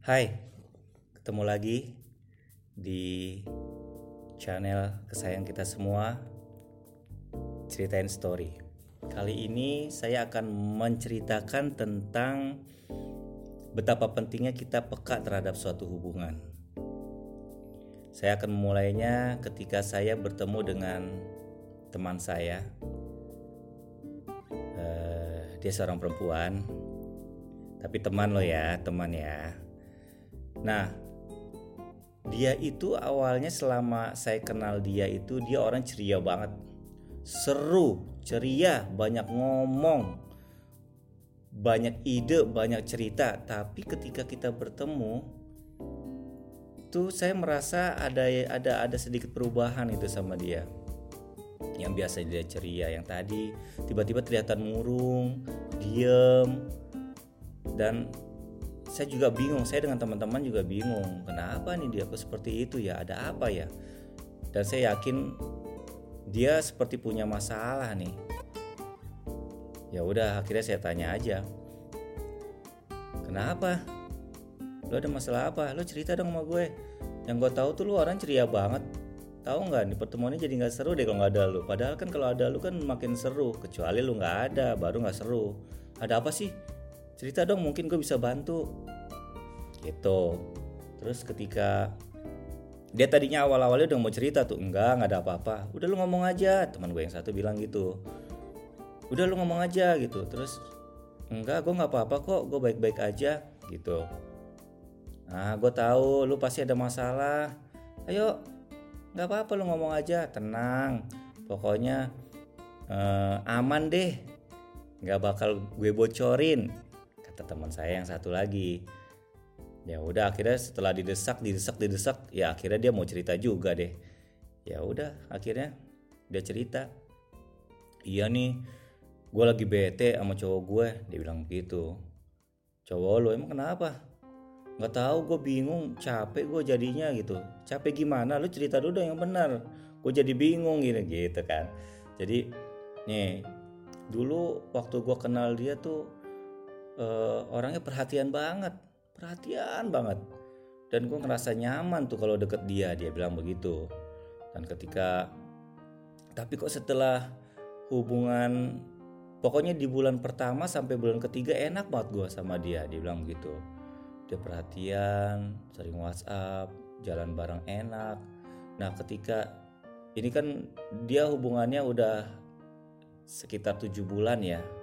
Hai, ketemu lagi di channel kesayangan kita semua, Ceritain Story. Kali ini saya akan menceritakan tentang betapa pentingnya kita peka terhadap suatu hubungan. Saya akan memulainya ketika saya bertemu dengan teman saya. Dia seorang perempuan, tapi teman lo ya, teman ya. Nah, dia itu awalnya selama saya kenal dia itu dia orang ceria banget. Seru, ceria, banyak ngomong, banyak ide, banyak cerita. Tapi ketika kita bertemu tuh saya merasa ada sedikit perubahan itu sama dia. Yang biasa dia ceria, yang tadi tiba-tiba kelihatan murung, diem. Dan saya juga bingung, saya dengan teman-teman juga bingung, kenapa nih dia kok seperti itu ya, ada apa ya? Dan saya yakin dia seperti punya masalah nih. Ya udah, akhirnya saya tanya aja, kenapa? Lo ada masalah apa? Lo cerita dong sama gue. Yang gue tahu tuh lo orang ceria banget. Tahu nggak nih pertemuannya jadi nggak seru deh kalau nggak ada lo. Padahal kan kalau ada lo kan makin seru. Kecuali lo nggak ada, baru nggak seru. Ada apa sih? Cerita dong, mungkin gue bisa bantu. Gitu. Terus ketika dia tadinya awal-awalnya udah mau cerita tuh, nggak ada apa-apa. Udah lu ngomong aja, teman gue yang satu bilang gitu. Udah lu ngomong aja gitu. Terus enggak, gue nggak apa-apa kok, gue baik-baik aja gitu. Nah, gue tahu lu pasti ada masalah. Ayo, nggak apa-apa lu ngomong aja, tenang. Pokoknya aman deh, nggak bakal gue bocorin, kata teman saya yang satu lagi. Ya udah, akhirnya setelah didesak, ya akhirnya dia mau cerita juga deh. Ya udah, akhirnya dia cerita. Iya nih, gue lagi bete sama cowok gue, dia bilang begitu. Cowok lo emang kenapa? Nggak tahu, gue bingung, capek gue jadinya gitu. Capek gimana? Lu cerita dulu dong yang benar. Gue jadi bingung gini gitu kan. Jadi nih, dulu waktu gue kenal dia tuh orangnya perhatian banget. Dan gue ngerasa nyaman tuh kalau deket dia bilang begitu. Dan tapi kok setelah hubungan, pokoknya di bulan pertama sampai bulan ketiga enak banget gue sama dia bilang begitu. Dia perhatian, sering WhatsApp, jalan bareng enak. Nah ketika ini kan dia hubungannya udah sekitar 7 bulan.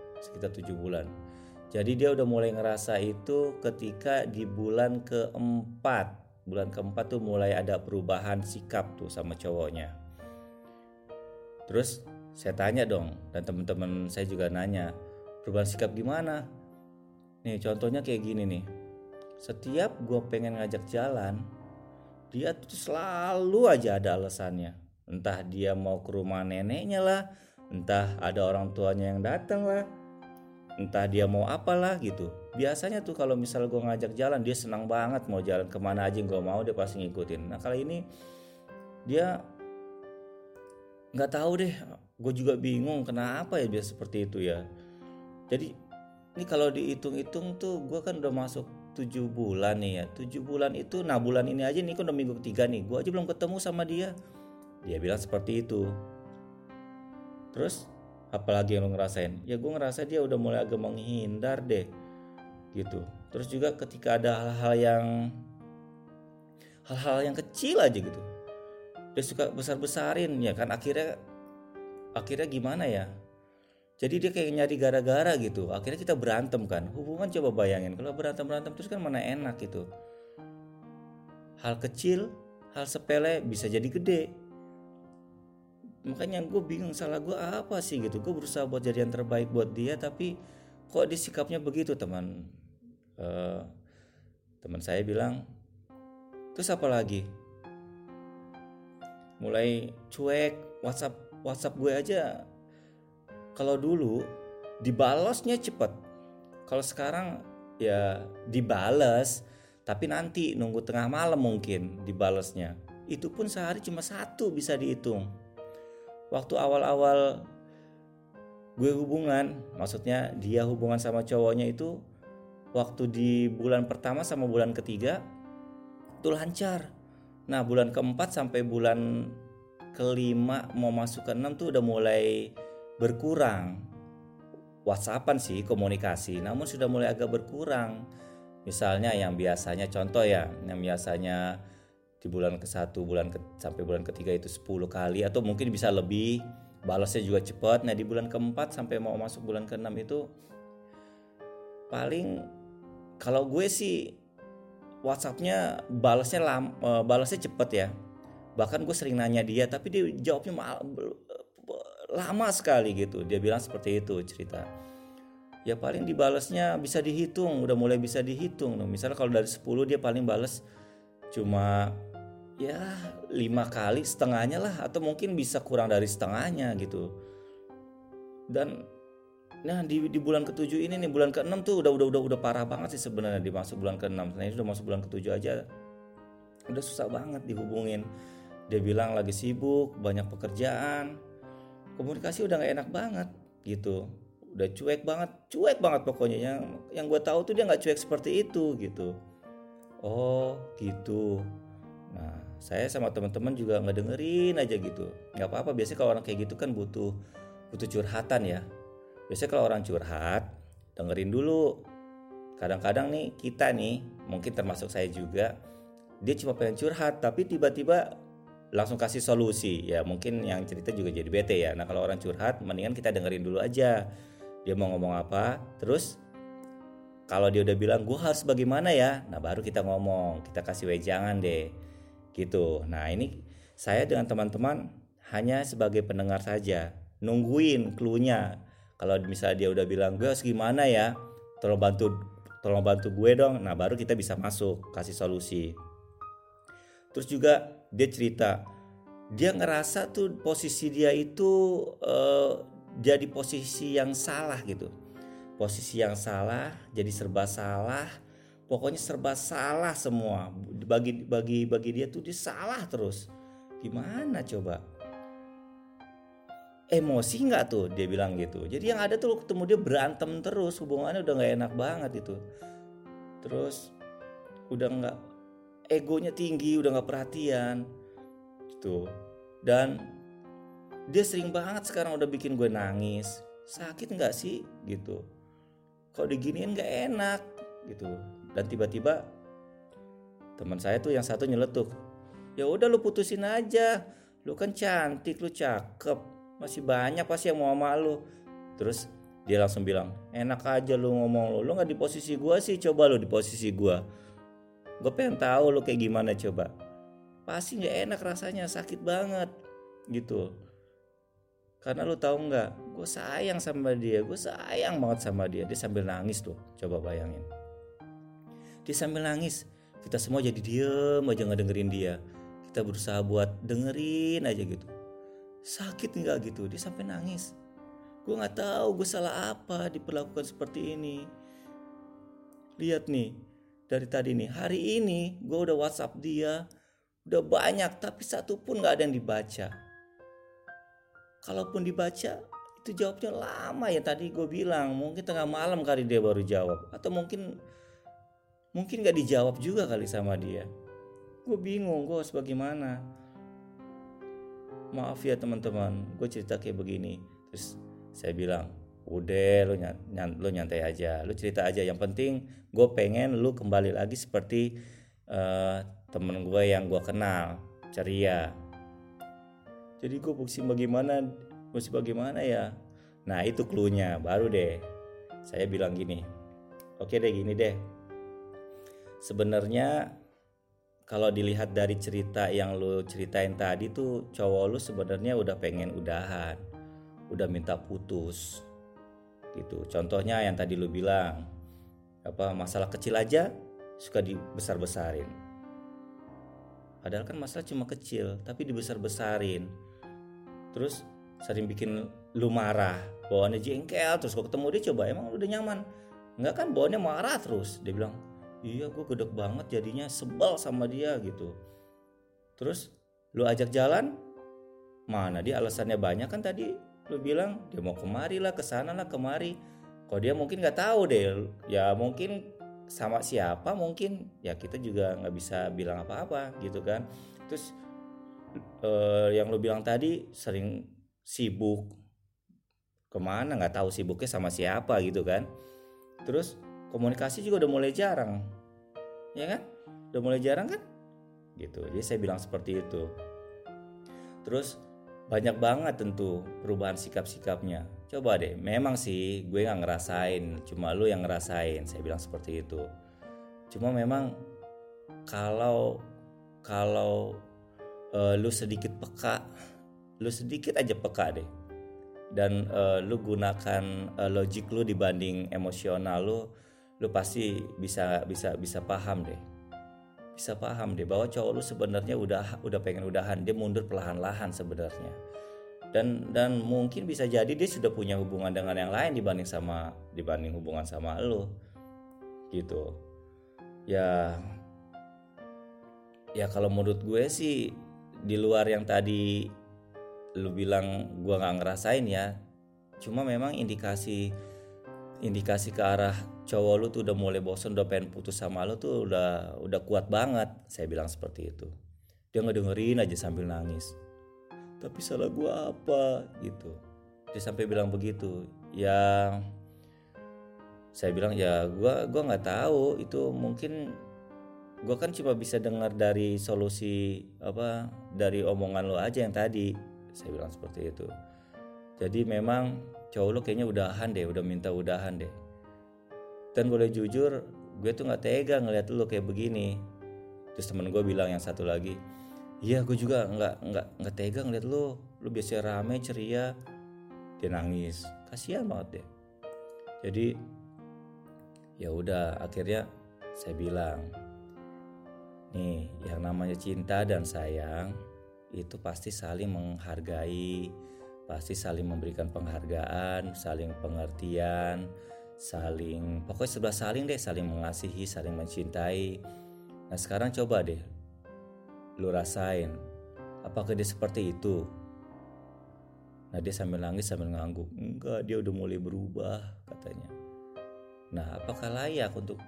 Jadi dia udah mulai ngerasa itu ketika di bulan keempat. Bulan keempat tuh mulai ada perubahan sikap tuh sama cowoknya. Terus saya tanya dong, dan teman-teman saya juga nanya, perubahan sikap gimana? Nih contohnya kayak gini nih. Setiap gue pengen ngajak jalan, dia tuh selalu aja ada alasannya. Entah dia mau ke rumah neneknya lah, entah ada orang tuanya yang datang lah, entah dia mau apalah gitu. Biasanya tuh kalau misal gue ngajak jalan, dia senang banget, mau jalan kemana aja gue mau dia pasti ngikutin. Nah kali ini dia nggak tahu deh, gue juga bingung kenapa ya dia seperti itu ya. Jadi ini kalau dihitung-hitung tuh gue kan udah masuk 7 bulan nih ya. 7 bulan itu, nah bulan ini aja nih kan udah minggu ketiga nih, gue aja belum ketemu sama dia. Dia bilang seperti itu. Terus apalagi yang lo ngerasain? Ya gue ngerasa dia udah mulai agak menghindar deh gitu. Terus juga ketika ada hal-hal yang kecil aja gitu, dia suka besar-besarin ya kan. Akhirnya gimana ya, jadi dia kayak nyari gara-gara gitu. Akhirnya kita berantem kan. Hubungan coba bayangin kalau berantem terus kan mana enak gitu. Hal kecil, hal sepele bisa jadi gede. Makanya gue bingung, salah gue apa sih gitu. Gue berusaha buat jadi yang terbaik buat dia, tapi kok dia sikapnya begitu. Teman saya bilang, terus apa lagi? Mulai cuek, WhatsApp gue aja. Kalau dulu dibalesnya cepet. Kalau sekarang ya dibales, tapi nanti nunggu tengah malam mungkin dibalesnya. Itu pun sehari cuma 1 bisa dihitung. Waktu awal-awal gue hubungan, maksudnya dia hubungan sama cowoknya itu waktu di bulan pertama sama bulan ketiga itu lancar. Nah bulan keempat sampai bulan kelima mau masuk ke enam tuh udah mulai berkurang. WhatsAppan sih komunikasi, namun sudah mulai agak berkurang. Misalnya yang biasanya contoh ya, yang biasanya di bulan ke-1 sampai bulan ketiga itu 10 kali atau mungkin bisa lebih, balasnya juga cepat. Nah, di bulan keempat sampai mau masuk bulan ke-6 itu paling kalau gue sih WhatsAppnya balasnya cepet ya. Bahkan gue sering nanya dia tapi dia jawabnya lama sekali gitu. Dia bilang seperti itu cerita. Ya paling dibalasnya bisa dihitung, udah mulai bisa dihitung. Misalnya kalau dari 10 dia paling balas cuma ya 5 kali setengahnya lah, atau mungkin bisa kurang dari setengahnya gitu. Dan nah di bulan ke-7 ini nih, bulan ke-6 tuh udah parah banget sih sebenarnya di masuk bulan ke-6. Nah, ini udah masuk bulan ke-7 aja udah susah banget dihubungin. Dia bilang lagi sibuk, banyak pekerjaan. Komunikasi udah gak enak banget gitu. Udah cuek banget pokoknya. Yang gue tahu tuh dia gak cuek seperti itu gitu. Oh gitu. Nah saya sama teman-teman juga gak dengerin aja gitu. Gak apa-apa, biasanya kalau orang kayak gitu kan butuh curhatan ya. Biasanya kalau orang curhat dengerin dulu. Kadang-kadang nih kita nih, mungkin termasuk saya juga, dia cuma pengen curhat tapi tiba-tiba langsung kasih solusi. Ya mungkin yang cerita juga jadi bete ya. Nah kalau orang curhat mendingan kita dengerin dulu aja dia mau ngomong apa. Terus kalau dia udah bilang gue harus bagaimana ya, nah baru kita ngomong, kita kasih wejangan deh gitu. Nah ini saya dengan teman-teman hanya sebagai pendengar saja, nungguin clue-nya. Kalau misalnya dia udah bilang gue harus gimana ya, tolong bantu gue dong. Nah baru kita bisa masuk kasih solusi. Terus juga dia cerita, dia ngerasa tuh posisi dia itu jadi posisi yang salah gitu. Posisi yang salah, jadi serba salah. Pokoknya serba salah semua. Bagi dia tuh dia salah terus. Gimana coba? Emosi nggak tuh dia bilang gitu. Jadi yang ada tuh ketemu dia berantem terus, hubungannya udah nggak enak banget itu. Terus udah nggak, egonya tinggi, udah nggak perhatian gitu. Dan dia sering banget sekarang udah bikin gue nangis. Sakit nggak sih gitu? Kalau diginiin nggak enak gitu. Dan tiba-tiba teman saya tuh yang satu nyeletuk, ya udah lu putusin aja, lu kan cantik, lu cakep, masih banyak pasti yang mau sama lu. Terus dia langsung bilang, enak aja lu ngomong, lu nggak di posisi gue sih, coba lu di posisi gue pengen tahu lu kayak gimana coba. Pasti nggak enak rasanya, sakit banget gitu. Karena lu tahu nggak, gue sayang sama dia, gue sayang banget sama dia. Dia sambil nangis tuh, coba bayangin. Dia sambil nangis, kita semua jadi diem aja nggak dengerin dia. Kita berusaha buat dengerin aja gitu. Sakit nggak gitu? Dia sampai nangis. Gue nggak tahu gue salah apa diperlakukan seperti ini. Lihat nih, dari tadi nih, hari ini gue udah WhatsApp dia, udah banyak, tapi satu pun nggak ada yang dibaca. Kalaupun dibaca, itu jawabnya lama ya. Tadi gue bilang mungkin tengah malam kali dia baru jawab, atau mungkin gak dijawab juga kali sama dia. Gue bingung, gue harus bagaimana. Maaf ya teman-teman, gue cerita kayak begini. Terus saya bilang, udah lu nyantai aja, lu cerita aja. Yang penting gue pengen lu kembali lagi seperti temen gue yang gue kenal, ceria. Jadi gue mesti bagaimana ya. Nah itu cluenya. Baru deh saya bilang gini, oke deh gini deh, sebenarnya kalau dilihat dari cerita yang lu ceritain tadi tuh, cowok lu sebenarnya udah pengen udahan, udah minta putus gitu. Contohnya yang tadi lu bilang, masalah kecil aja suka dibesar-besarin. Padahal kan masalah cuma kecil, tapi dibesar-besarin. Terus sering bikin lu marah, bawaannya jengkel. Terus kok ketemu dia, coba emang udah nyaman? Enggak kan, bawaannya marah terus. Dia bilang, iya gue gedek banget jadinya, sebel sama dia gitu. Terus lu ajak jalan, mana dia alasannya banyak kan. Tadi lu bilang dia mau kemari lah, kesana lah, kemari. Kok dia mungkin gak tahu deh, ya mungkin sama siapa mungkin ya kita juga nggak bisa bilang apa-apa gitu kan. Terus yang lu bilang tadi sering sibuk kemana nggak tahu sibuknya sama siapa gitu kan. Terus komunikasi juga udah mulai jarang, ya kan? Udah mulai jarang kan? Gitu. Jadi saya bilang seperti itu. Terus banyak banget tentu perubahan sikap-sikapnya. Coba deh, memang sih gue nggak ngerasain, cuma lu yang ngerasain. Saya bilang seperti itu. Cuma memang kalau kalau lu sedikit peka, lu sedikit aja peka deh, dan lu gunakan logik lu dibanding emosional lu pasti bisa paham deh. Bisa paham deh bahwa cowok lu sebenarnya udah pengen udahan, dia mundur perlahan-lahan sebenarnya. Dan mungkin bisa jadi dia sudah punya hubungan dengan yang lain dibanding hubungan sama lu. Gitu. Ya kalau menurut gue sih di luar yang tadi lu bilang gua nggak ngerasain ya. Cuma memang indikasi ke arah cowok lu tuh udah mulai bosen, udah pengen putus sama lu tuh udah kuat banget. Saya bilang seperti itu. Dia ngedengerin aja sambil nangis. Tapi salah gua apa gitu. Dia sampai bilang begitu. Ya saya bilang ya gua nggak tahu, itu mungkin gua kan cuma bisa dengar dari solusi dari omongan lo aja yang tadi. Saya bilang seperti itu. Jadi memang cowok lo kayaknya udah minta udahan deh. Dan boleh jujur, gue tuh nggak tega ngeliat lo kayak begini. Terus temen gue bilang yang satu lagi, iya gue juga nggak tega ngeliat lo biasanya rame ceria. Dia nangis, kasihan banget deh. Jadi ya udah, akhirnya saya bilang, nih yang namanya cinta dan sayang itu pasti saling menghargai, pasti saling memberikan penghargaan, saling pengertian, pokoknya sebelah saling deh, saling mengasihi, saling mencintai. Nah sekarang coba deh lu rasain, apakah dia seperti itu? Nah dia sambil nangis sambil ngangguk, enggak, dia udah mulai berubah katanya. Nah apakah layak untuk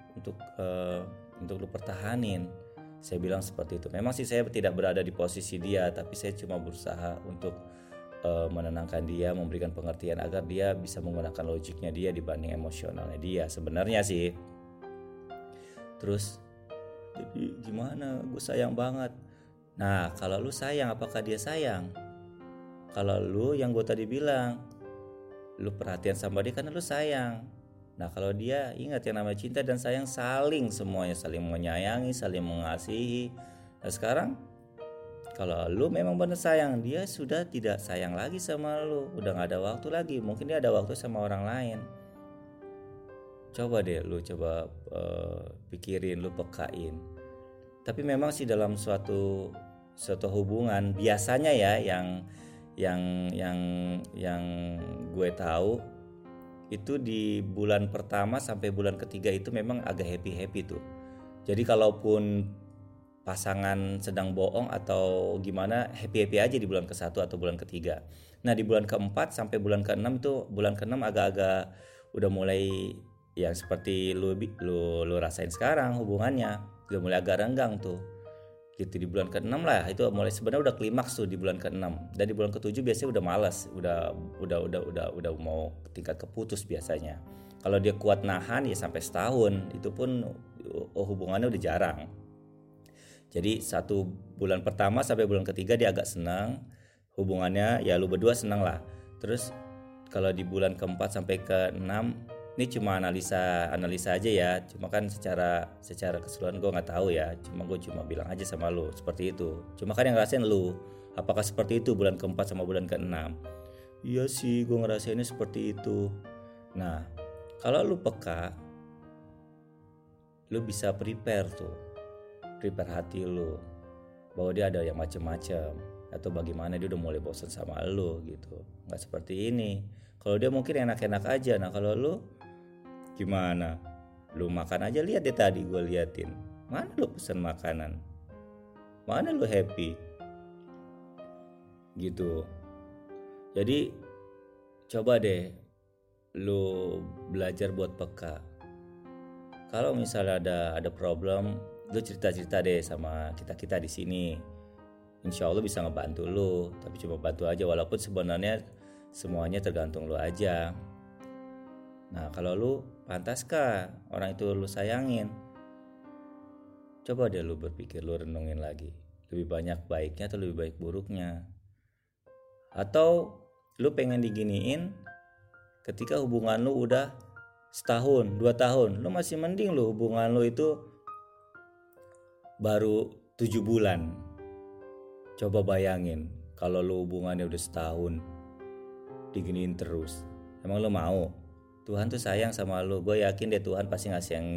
lu pertahanin? Saya bilang seperti itu. Memang sih saya tidak berada di posisi dia, tapi saya cuma berusaha untuk menenangkan dia, memberikan pengertian agar dia bisa menggunakan logiknya dia dibanding emosionalnya dia sebenarnya sih. Terus jadi gimana? Gue sayang banget. Nah kalau lu sayang, apakah dia sayang? Kalau lu yang gue tadi bilang, lu perhatian sama dia karena lu sayang. Nah kalau dia, ingat yang namanya cinta dan sayang saling, semuanya saling menyayangi, saling mengasihi. Nah sekarang kalau lu memang benar sayang, dia sudah tidak sayang lagi sama lu, udah gak ada waktu lagi, mungkin dia ada waktu sama orang lain. Coba deh lu pikirin, lu pekain. Tapi memang sih dalam suatu hubungan biasanya ya yang gue tahu itu di bulan pertama sampai bulan ketiga itu memang agak happy tuh. Jadi kalaupun pasangan sedang bohong atau gimana, happy aja di bulan ke-1 atau bulan ketiga. Nah di bulan ke-4 sampai bulan ke-6 itu, bulan ke-6 agak-agak udah mulai yang seperti lu rasain sekarang, hubungannya udah mulai agak renggang tuh gitu. Di bulan ke-6 lah itu mulai, sebenarnya udah klimaks tuh di bulan ke-6, dan di bulan ke-7 biasanya udah malas, udah mau tingkat keputus biasanya. Kalau dia kuat nahan ya sampai setahun, itu pun hubungannya udah jarang. Jadi 1 bulan pertama sampai bulan ketiga dia agak senang hubungannya, ya lu berdua senang lah. Terus kalau di bulan ke-4 sampai ke-6, ini cuma analisa aja ya, cuma kan secara keseluruhan gue nggak tahu ya, gue cuma bilang aja sama lu seperti itu. Cuma kan yang ngerasain lu, apakah seperti itu bulan ke-4 sama bulan ke-6? Iya sih, gue ngerasainnya seperti itu. Nah kalau lu peka, lu bisa prepare hati lu bahwa dia ada yang macem-macem, atau bagaimana dia udah mulai bosan sama lu gitu. Nggak seperti ini. Kalau dia mungkin enak-enak aja. Nah kalau lu gimana? Lu makan aja, lihat deh tadi gue liatin, mana lu pesan makanan, mana lu happy gitu. Jadi coba deh lu belajar buat peka. Kalau misalnya ada problem, lu cerita-cerita deh sama kita di sini. Insya Allah bisa ngebantu lu, tapi cuma bantu aja, walaupun sebenarnya semuanya tergantung lu aja. Nah, kalau lu pantaskah orang itu lu sayangin? Coba deh lu berpikir, lu renungin lagi. Lebih banyak baiknya atau lebih baik buruknya? Atau lu pengen diginiin ketika hubungan lu udah setahun, 2 tahun, lu masih mending lu hubungan lu itu baru 7 bulan. Coba bayangin kalau lu hubungannya udah setahun diginiin terus. Emang lu mau? Tuhan tuh sayang sama lu. Gue yakin deh Tuhan pasti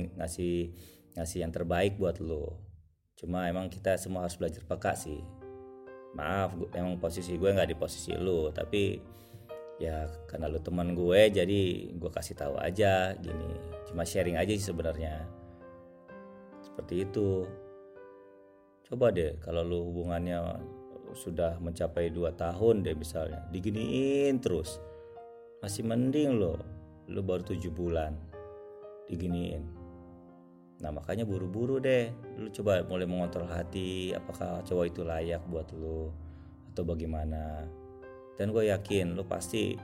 ngasih yang terbaik buat lu. Cuma emang kita semua harus belajar peka sih. Maaf, emang posisi gue nggak di posisi lu, tapi ya karena lu teman gue jadi gue kasih tahu aja gini, cuma sharing aja sih sebenarnya, seperti itu. Coba deh kalau lu hubungannya sudah mencapai 2 tahun deh misalnya diginiin terus, masih mending lu baru 7 bulan diginiin. Nah makanya buru-buru deh lu coba mulai mengontrol hati, apakah cowok itu layak buat lu atau bagaimana. Dan gue yakin lu pasti,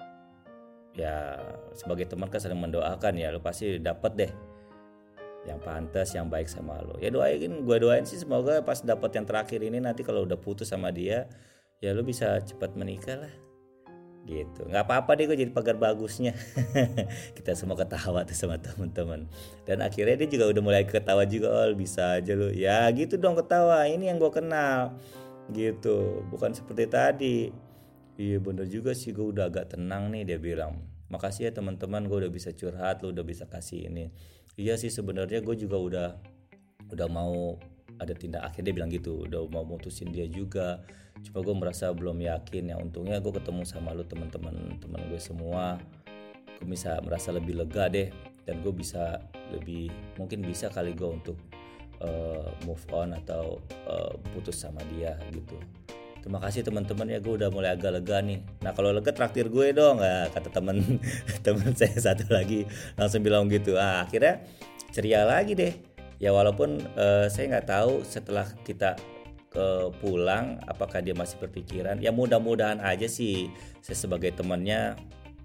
ya sebagai teman kan sering mendoakan ya, lu pasti dapet deh yang pantas, yang baik sama lu. Ya gue doain sih semoga pas dapet yang terakhir ini nanti kalau udah putus sama dia, ya lu bisa cepat menikah lah gitu. Nggak apa-apa deh, gue jadi pagar bagusnya. Kita semua ketawa tuh sama teman-teman. Dan akhirnya dia juga udah mulai ketawa juga, oh bisa aja lu. Ya gitu dong ketawa, ini yang gue kenal gitu, bukan seperti tadi. Iya bener juga sih, gue udah agak tenang nih, dia bilang. Makasih ya teman-teman, gue udah bisa curhat, lu udah bisa kasih ini. Iya sih sebenarnya gue juga udah mau ada tindak akhir, dia bilang gitu, udah mau mutusin dia juga. Cuma gue merasa belum yakin ya. Untungnya gue ketemu sama lu teman-teman gue semua. Gue bisa merasa lebih lega deh, dan gue bisa mungkin bisa kali gue untuk move on atau putus sama dia gitu. Terima kasih teman-teman ya, gue udah mulai agak lega nih. Nah kalau lega traktir gue dong, nah, kata teman saya satu lagi langsung bilang gitu. Akhirnya ceria lagi deh. Ya walaupun saya nggak tahu setelah kita pulang apakah dia masih berpikiran. Ya mudah-mudahan aja sih, saya sebagai temannya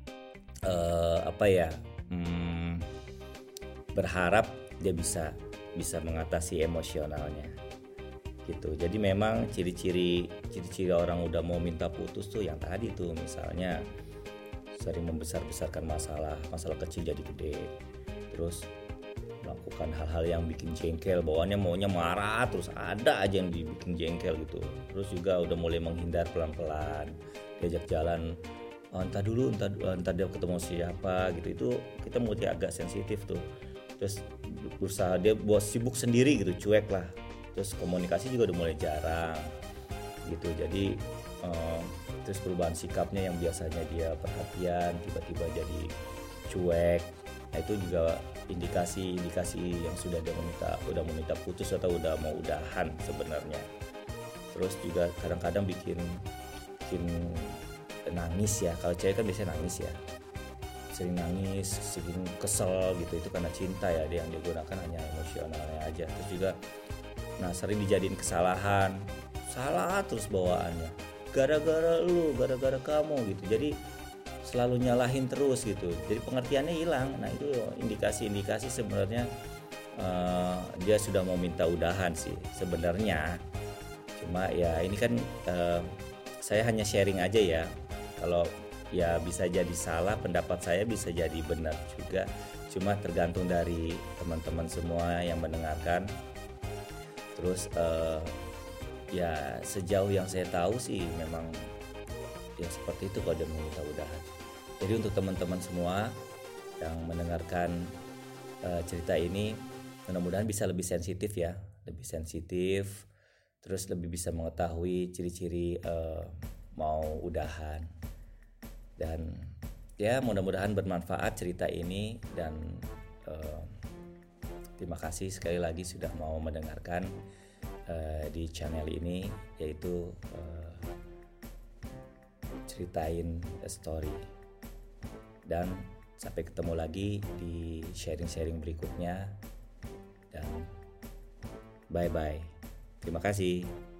berharap dia bisa mengatasi emosionalnya gitu. Jadi memang ciri-ciri orang udah mau minta putus tuh yang tadi tuh, misalnya sering membesar-besarkan masalah kecil jadi gede, terus melakukan hal-hal yang bikin jengkel, bawaannya maunya marah terus, ada aja yang dibikin jengkel gitu. Terus juga udah mulai menghindar pelan-pelan, diajak jalan entar dia ketemu siapa gitu, itu kita mulai agak sensitif tuh. Terus berusaha dia buat sibuk sendiri gitu, cuek lah. Terus komunikasi juga udah mulai jarang gitu. Jadi terus perubahan sikapnya yang biasanya dia perhatian tiba-tiba jadi cuek. Nah itu juga indikasi yang udah meminta putus atau udah mau udahan sebenarnya. Terus juga kadang-kadang bikin nangis ya. Kalau cewek kan biasanya nangis ya, sering nangis, sering kesel gitu. Itu karena cinta ya, dia yang digunakan hanya emosionalnya aja. Terus juga sering dijadiin kesalahan, salah terus bawaannya, gara-gara lu, gara-gara kamu gitu. Jadi selalu nyalahin terus gitu, jadi pengertiannya hilang. Nah itu indikasi sebenarnya dia sudah mau minta udahan sih sebenarnya. Cuma ya ini kan saya hanya sharing aja ya. Kalau ya bisa jadi salah, pendapat saya bisa jadi benar juga. Cuma tergantung dari teman-teman semua yang mendengarkan. Terus ya sejauh yang saya tahu sih memang ya seperti itu kalau dia meminta udahan. Jadi untuk teman-teman semua yang mendengarkan cerita ini, mudah-mudahan bisa lebih sensitif ya, terus lebih bisa mengetahui ciri-ciri mau udahan. Dan ya mudah-mudahan bermanfaat cerita ini, dan terima kasih sekali lagi sudah mau mendengarkan di channel ini, yaitu ceritain a story. Dan Sampai ketemu lagi di sharing-sharing berikutnya. Dan bye-bye. Terima kasih.